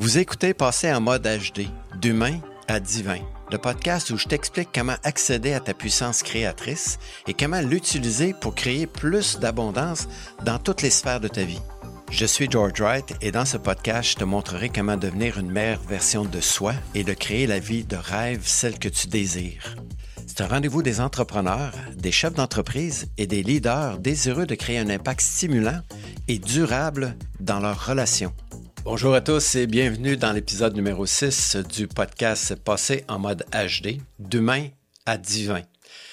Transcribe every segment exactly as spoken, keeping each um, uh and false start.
Vous écoutez Passer en mode H D, d'humain à divin, le podcast où je t'explique comment accéder à ta puissance créatrice et comment l'utiliser pour créer plus d'abondance dans toutes les sphères de ta vie. Je suis George Wright et dans ce podcast, je te montrerai comment devenir une meilleure version de soi et de créer la vie de rêve, celle que tu désires. C'est un rendez-vous des entrepreneurs, des chefs d'entreprise et des leaders désireux de créer un impact stimulant et durable dans leurs relations. Bonjour à tous et bienvenue dans l'épisode numéro six du podcast Passer en mode H D, d'humain à divin.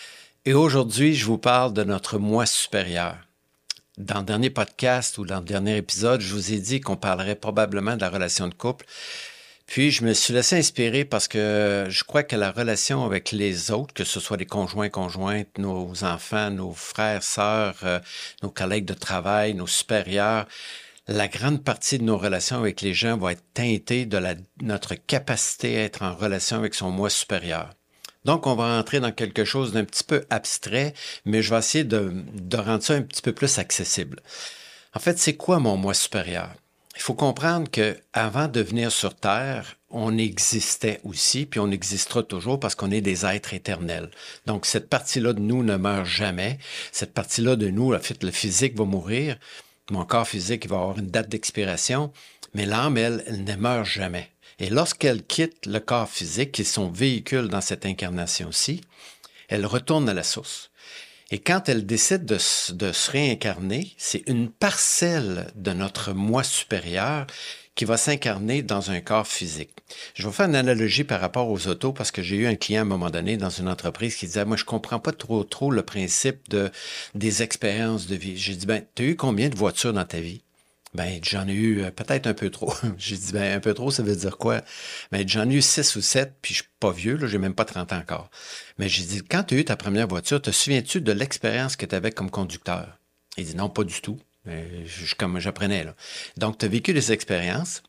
Et aujourd'hui, je vous parle de notre moi supérieur. Dans le dernier podcast ou dans le dernier épisode, je vous ai dit qu'on parlerait probablement de la relation de couple. Puis, je me suis laissé inspirer parce que je crois que la relation avec les autres, que ce soit les conjoints, conjointes, nos enfants, nos frères, sœurs, euh, nos collègues de travail, nos supérieurs, la grande partie de nos relations avec les gens va être teintée de la, notre capacité à être en relation avec son moi supérieur. Donc, on va entrer dans quelque chose d'un petit peu abstrait, mais je vais essayer de, de rendre ça un petit peu plus accessible. En fait, c'est quoi mon moi supérieur? Il faut comprendre qu'avant de venir sur Terre, on existait aussi, puis on existera toujours parce qu'on est des êtres éternels. Donc, cette partie-là de nous ne meurt jamais. Cette partie-là de nous, en fait, le physique va mourir. Mon corps physique il va avoir une date d'expiration, mais l'âme, elle, elle ne meurt jamais. Et lorsqu'elle quitte le corps physique, qui est son véhicule dans cette incarnation-ci, elle retourne à la source. Et quand elle décide de, de se réincarner, c'est une parcelle de notre moi supérieur qui va s'incarner dans un corps physique. Je vais faire une analogie par rapport aux autos parce que j'ai eu un client à un moment donné dans une entreprise qui disait « Moi, je comprends pas trop trop le principe de, des expériences de vie. » J'ai dit « Ben, tu as eu combien de voitures dans ta vie? » Ben, j'en ai eu euh, peut-être un peu trop. J'ai dit « Ben, un peu trop, ça veut dire quoi? » Ben, j'en ai eu six ou sept, puis je suis pas vieux, là, j'ai même pas trente ans encore. Mais j'ai dit « Quand tu as eu ta première voiture, te souviens-tu de l'expérience que tu avais comme conducteur? » Il dit « Non, pas du tout. » Je, je, comme j'apprenais, là. Donc, tu as vécu des expériences,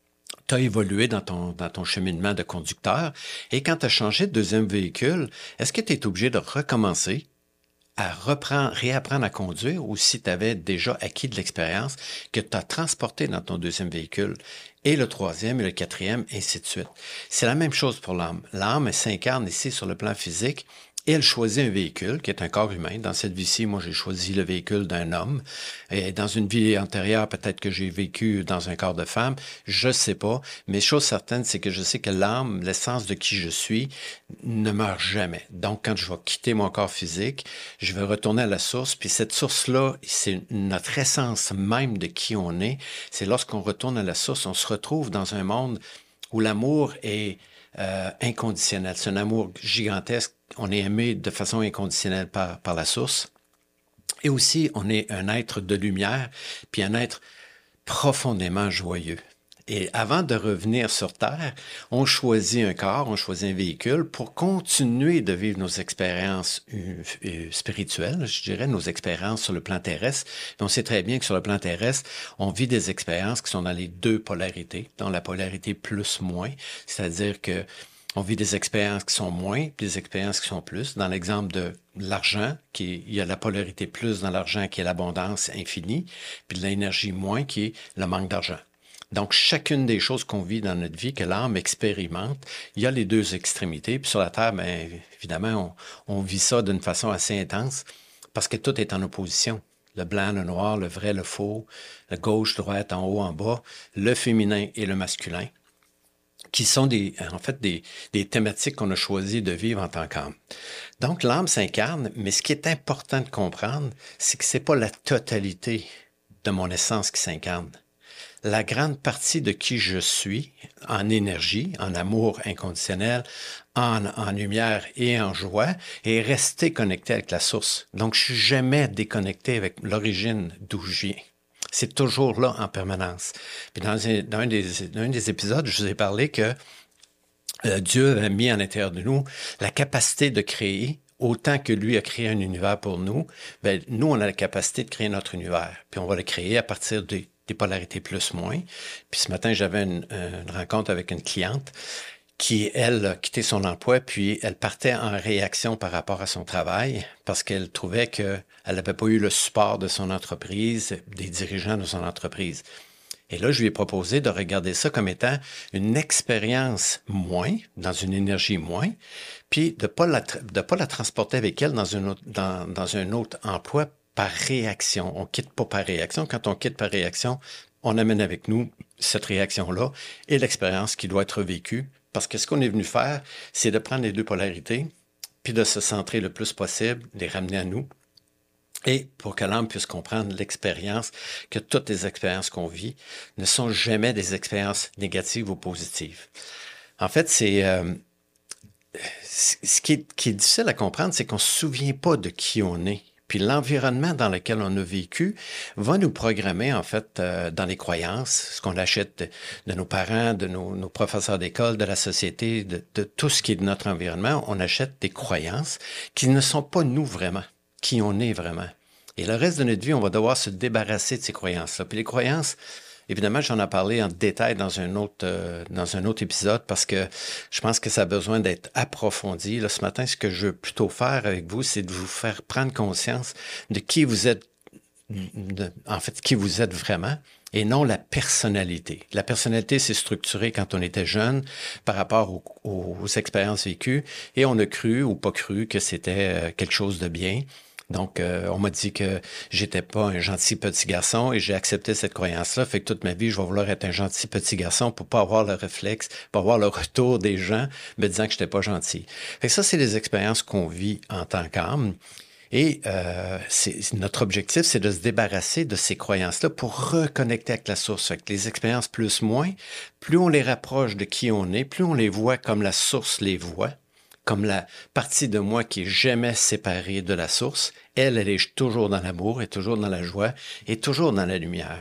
tu as évolué dans ton, dans ton cheminement de conducteur, et quand tu as changé de deuxième véhicule, est-ce que tu es obligé de recommencer à reprendre, réapprendre à conduire ou si tu avais déjà acquis de l'expérience que tu as transporté dans ton deuxième véhicule, et le troisième et le quatrième, ainsi de suite. C'est la même chose pour l'âme. L'âme, elle s'incarne ici sur le plan physique, et elle choisit un véhicule qui est un corps humain. Dans cette vie-ci, moi, j'ai choisi le véhicule d'un homme. Et dans une vie antérieure, peut-être que j'ai vécu dans un corps de femme. Je sais pas. Mais chose certaine, c'est que je sais que l'âme, l'essence de qui je suis, ne meurt jamais. Donc, quand je vais quitter mon corps physique, je vais retourner à la source. Puis cette source-là, c'est notre essence même de qui on est. C'est lorsqu'on retourne à la source, on se retrouve dans un monde où l'amour est euh, inconditionnel. C'est un amour gigantesque. On est aimé de façon inconditionnelle par, par la source. Et aussi, on est un être de lumière, puis un être profondément joyeux. Et avant de revenir sur Terre, on choisit un corps, on choisit un véhicule pour continuer de vivre nos expériences euh, spirituelles, je dirais, nos expériences sur le plan terrestre. Et on sait très bien que sur le plan terrestre, on vit des expériences qui sont dans les deux polarités, dans la polarité plus-moins, c'est-à-dire que on vit des expériences qui sont moins, puis des expériences qui sont plus. Dans l'exemple de l'argent, qui est, il y a la polarité plus dans l'argent qui est l'abondance infinie, puis de l'énergie moins qui est le manque d'argent. Donc, chacune des choses qu'on vit dans notre vie, que l'âme expérimente, il y a les deux extrémités. Puis sur la Terre, bien évidemment, on, on vit ça d'une façon assez intense parce que tout est en opposition. Le blanc, le noir, le vrai, le faux, le gauche, droite, en haut, en bas, le féminin et le masculin, qui sont des, en fait des, des thématiques qu'on a choisi de vivre en tant qu'âme. Donc, l'âme s'incarne, mais ce qui est important de comprendre, c'est que c'est pas la totalité de mon essence qui s'incarne. La grande partie de qui je suis, en énergie, en amour inconditionnel, en, en lumière et en joie, est restée connectée avec la source. Donc, je suis jamais déconnecté avec l'origine d'où je viens. C'est toujours là en permanence. Puis dans un, dans un, des, dans un des épisodes, je vous ai parlé que euh, Dieu a mis à l'intérieur de nous la capacité de créer autant que lui a créé un univers pour nous. Bien, nous, on a la capacité de créer notre univers. Puis on va le créer à partir des, des polarités plus-moins. Puis ce matin, j'avais une, une rencontre avec une cliente qui, elle, a quitté son emploi, puis elle partait en réaction par rapport à son travail parce qu'elle trouvait qu'elle n'avait pas eu le support de son entreprise, des dirigeants de son entreprise. Et là, je lui ai proposé de regarder ça comme étant une expérience moins, dans une énergie moins, puis de ne pas, la, de pas la transporter avec elle dans, une autre, dans, dans un autre emploi par réaction. On ne quitte pas par réaction. Quand on quitte par réaction, on amène avec nous cette réaction-là et l'expérience qui doit être vécue. Parce que ce qu'on est venu faire, c'est de prendre les deux polarités, puis de se centrer le plus possible, les ramener à nous, et pour que l'âme puisse comprendre l'expérience, que toutes les expériences qu'on vit ne sont jamais des expériences négatives ou positives. En fait, c'est euh, ce qui est, qui est difficile à comprendre, c'est qu'on ne se souvient pas de qui on est. Puis l'environnement dans lequel on a vécu va nous programmer, en fait, euh, dans les croyances, ce qu'on achète de, de nos parents, de nos, nos professeurs d'école, de la société, de, de tout ce qui est de notre environnement. On achète des croyances qui ne sont pas nous vraiment, qui on est vraiment. Et le reste de notre vie, on va devoir se débarrasser de ces croyances-là. Puis les croyances, évidemment, j'en ai parlé en détail dans un autre euh, dans un autre épisode parce que je pense que ça a besoin d'être approfondi. Là, ce matin, ce que je veux plutôt faire avec vous, c'est de vous faire prendre conscience de qui vous êtes, de, en fait, qui vous êtes vraiment et non la personnalité. La personnalité, c'est structuré quand on était jeune par rapport aux, aux, aux expériences vécues et on a cru ou pas cru que c'était quelque chose de bien. Donc, euh, on m'a dit que j'étais pas un gentil petit garçon et j'ai accepté cette croyance-là. Fait que toute ma vie, je vais vouloir être un gentil petit garçon pour pas avoir le réflexe, pas avoir le retour des gens me disant que j'étais pas gentil. Fait que ça, c'est les expériences qu'on vit en tant qu'âme. Et euh, c'est, notre objectif, c'est de se débarrasser de ces croyances-là pour reconnecter avec la source. Fait que les expériences plus moins, plus on les rapproche de qui on est, plus on les voit comme la source les voit, comme la partie de moi qui est jamais séparée de la source. Elle, elle est toujours dans l'amour, est toujours dans la joie, est toujours dans la lumière.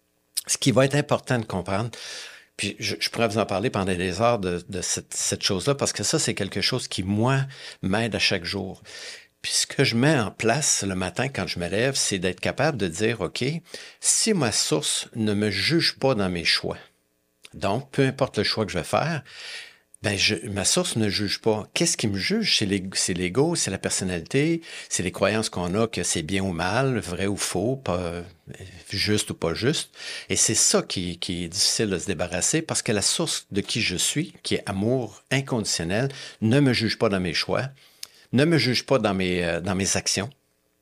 Ce qui va être important de comprendre, puis je, je pourrais vous en parler pendant des heures de, de cette, cette chose-là, parce que ça, c'est quelque chose qui, moi, m'aide à chaque jour. Puis ce que je mets en place le matin quand je me lève, c'est d'être capable de dire, OK, si ma source ne me juge pas dans mes choix, donc peu importe le choix que je vais faire, ben je, ma source ne juge pas. Qu'est-ce qui me juge? C'est l'ego, c'est l'ego, c'est la personnalité, c'est les croyances qu'on a que c'est bien ou mal, vrai ou faux, pas, juste ou pas juste. Et c'est ça qui, qui est difficile de se débarrasser parce que la source de qui je suis, qui est amour inconditionnel, ne me juge pas dans mes choix, ne me juge pas dans mes, euh, dans mes actions.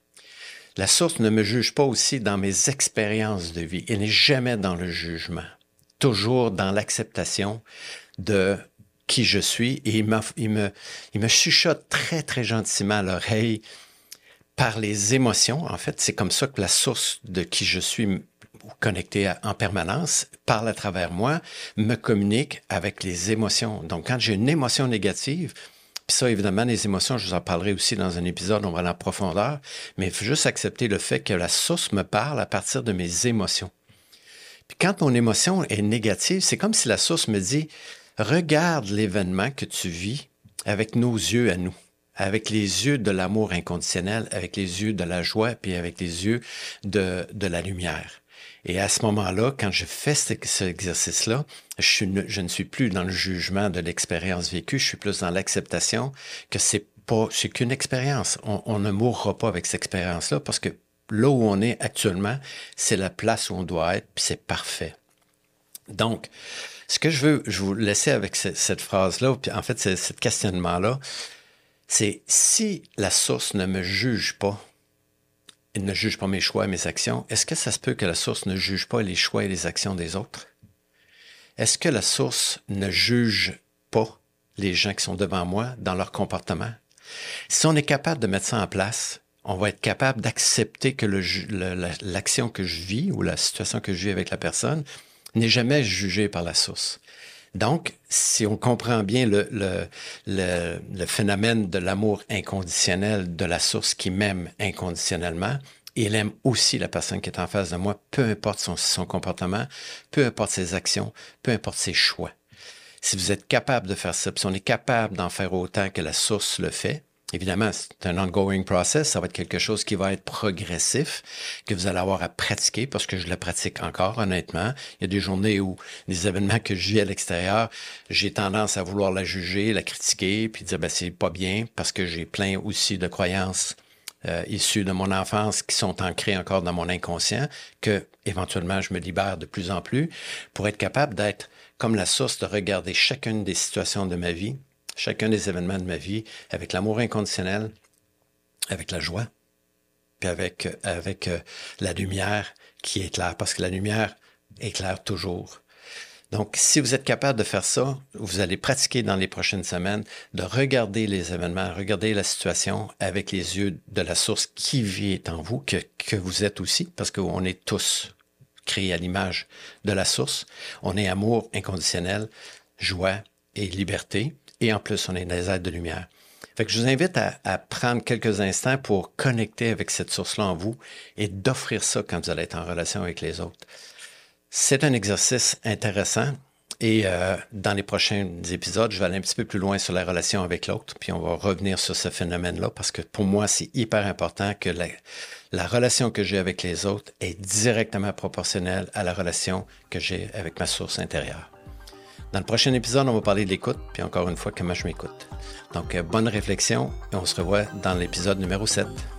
La source ne me juge pas aussi dans mes expériences de vie. Elle n'est jamais dans le jugement, toujours dans l'acceptation de qui je suis, et il, m'a, il, me, il me chuchote très, très gentiment à l'oreille par les émotions. En fait, c'est comme ça que la source de qui je suis connectée en permanence parle à travers moi, me communique avec les émotions. Donc, quand j'ai une émotion négative, puis ça, évidemment, les émotions, je vous en parlerai aussi dans un épisode, on va aller en profondeur, mais il faut juste accepter le fait que la source me parle à partir de mes émotions. Puis quand mon émotion est négative, c'est comme si la source me dit « Regarde l'événement que tu vis avec nos yeux à nous, avec les yeux de l'amour inconditionnel, avec les yeux de la joie, puis avec les yeux de, de la lumière. » Et à ce moment-là, quand je fais cet, cet exercice-là, je, ne, je ne suis plus dans le jugement de l'expérience vécue, je suis plus dans l'acceptation que c'est pas, c'est qu'une expérience. On, on ne mourra pas avec cette expérience-là parce que là où on est actuellement, c'est la place où on doit être, puis c'est parfait. Donc, ce que je veux, je vous laisser avec ce, cette phrase-là, puis en fait, c'est, ce questionnement-là, c'est si la source ne me juge pas, elle ne juge pas mes choix et mes actions, est-ce que ça se peut que la source ne juge pas les choix et les actions des autres? Est-ce que la source ne juge pas les gens qui sont devant moi dans leur comportement? Si on est capable de mettre ça en place, on va être capable d'accepter que le, le, l'action que je vis ou la situation que je vis avec la personne n'est jamais jugée par la source. Donc, si on comprend bien le, le, le, le phénomène de l'amour inconditionnel de la source qui m'aime inconditionnellement, il aime aussi la personne qui est en face de moi, peu importe son, son comportement, peu importe ses actions, peu importe ses choix. Si vous êtes capable de faire ça, si on est capable d'en faire autant que la source le fait, évidemment, c'est un ongoing process, ça va être quelque chose qui va être progressif, que vous allez avoir à pratiquer, parce que je le pratique encore, honnêtement. Il y a des journées où, des événements que je vis à l'extérieur, j'ai tendance à vouloir la juger, la critiquer, puis dire, ben c'est pas bien, parce que j'ai plein aussi de croyances euh, issus de mon enfance qui sont ancrés encore dans mon inconscient, que éventuellement je me libère de plus en plus, pour être capable d'être comme la source, de regarder chacune des situations de ma vie, chacun des événements de ma vie, avec l'amour inconditionnel, avec la joie, puis avec, avec euh, la lumière qui éclaire, parce que la lumière éclaire toujours. Donc, si vous êtes capable de faire ça, vous allez pratiquer dans les prochaines semaines de regarder les événements, regarder la situation avec les yeux de la source qui vit en vous, que, que vous êtes aussi, parce qu'on est tous créés à l'image de la source. On est amour inconditionnel, joie et liberté, et en plus, on est des êtres de lumière. Fait que je vous invite à, à prendre quelques instants pour connecter avec cette source-là en vous et d'offrir ça quand vous allez être en relation avec les autres. C'est un exercice intéressant et euh, dans les prochains épisodes, je vais aller un petit peu plus loin sur la relation avec l'autre, puis on va revenir sur ce phénomène-là parce que pour moi, c'est hyper important que la, la relation que j'ai avec les autres est directement proportionnelle à la relation que j'ai avec ma source intérieure. Dans le prochain épisode, on va parler de l'écoute, puis encore une fois, comment je m'écoute. Donc, euh, bonne réflexion et on se revoit dans l'épisode numéro sept.